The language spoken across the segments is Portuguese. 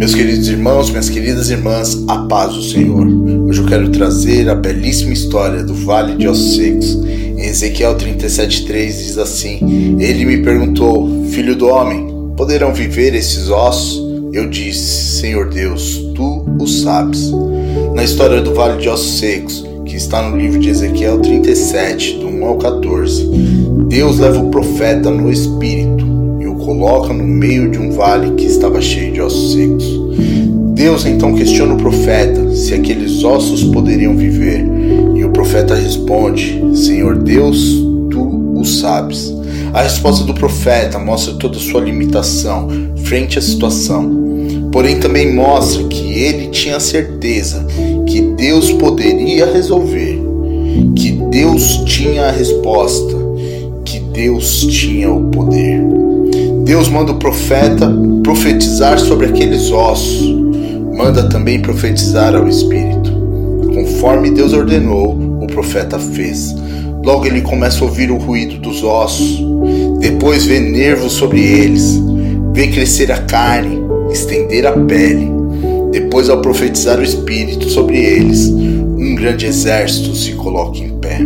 Meus queridos irmãos, minhas queridas irmãs, a paz do Senhor. Hoje eu quero trazer a belíssima história do Vale de Ossos Secos. Em Ezequiel 37:3 diz assim: Ele me perguntou, filho do homem, poderão viver esses ossos? Eu disse, Senhor Deus, tu o sabes. Na história do Vale de Ossos Secos, que está no livro de Ezequiel 37, do 1 ao 14, Deus leva o profeta no espírito e o coloca no meio de um vale que estava cheio de ossos secos. Deus então questiona o profeta se aqueles ossos poderiam viver, e o profeta responde, Senhor Deus, tu o sabes. A resposta do profeta mostra toda a sua limitação frente à situação, porém também mostra que ele tinha certeza que Deus poderia resolver, que Deus tinha a resposta, que Deus tinha o poder. Deus manda o profeta profetizar sobre aqueles ossos, manda também profetizar ao Espírito. Conforme Deus ordenou, o profeta fez. Logo ele começa a ouvir o ruído dos ossos, depois vê nervos sobre eles, vê crescer a carne, estender a pele. Depois, ao profetizar o Espírito sobre eles, um grande exército se coloca em pé.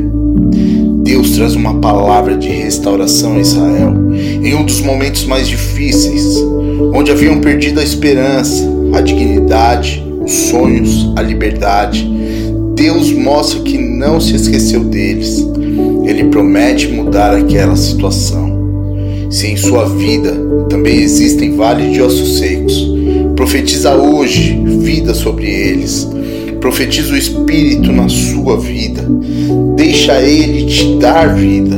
Deus traz uma palavra de restauração a Israel em um dos momentos mais difíceis, onde haviam perdido a esperança, a dignidade, os sonhos, a liberdade. Deus mostra que não se esqueceu deles. Ele promete mudar aquela situação. Se em sua vida também existem vales de ossos secos, profetiza hoje vida sobre eles. Profetiza o Espírito na sua vida. Deixa Ele te dar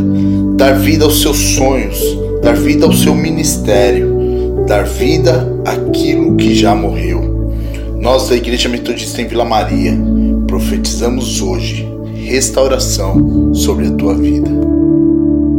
vida aos seus sonhos, dar vida ao seu ministério, dar vida àquilo que já morreu. Nós da Igreja Metodista em Vila Maria profetizamos hoje restauração sobre a tua vida.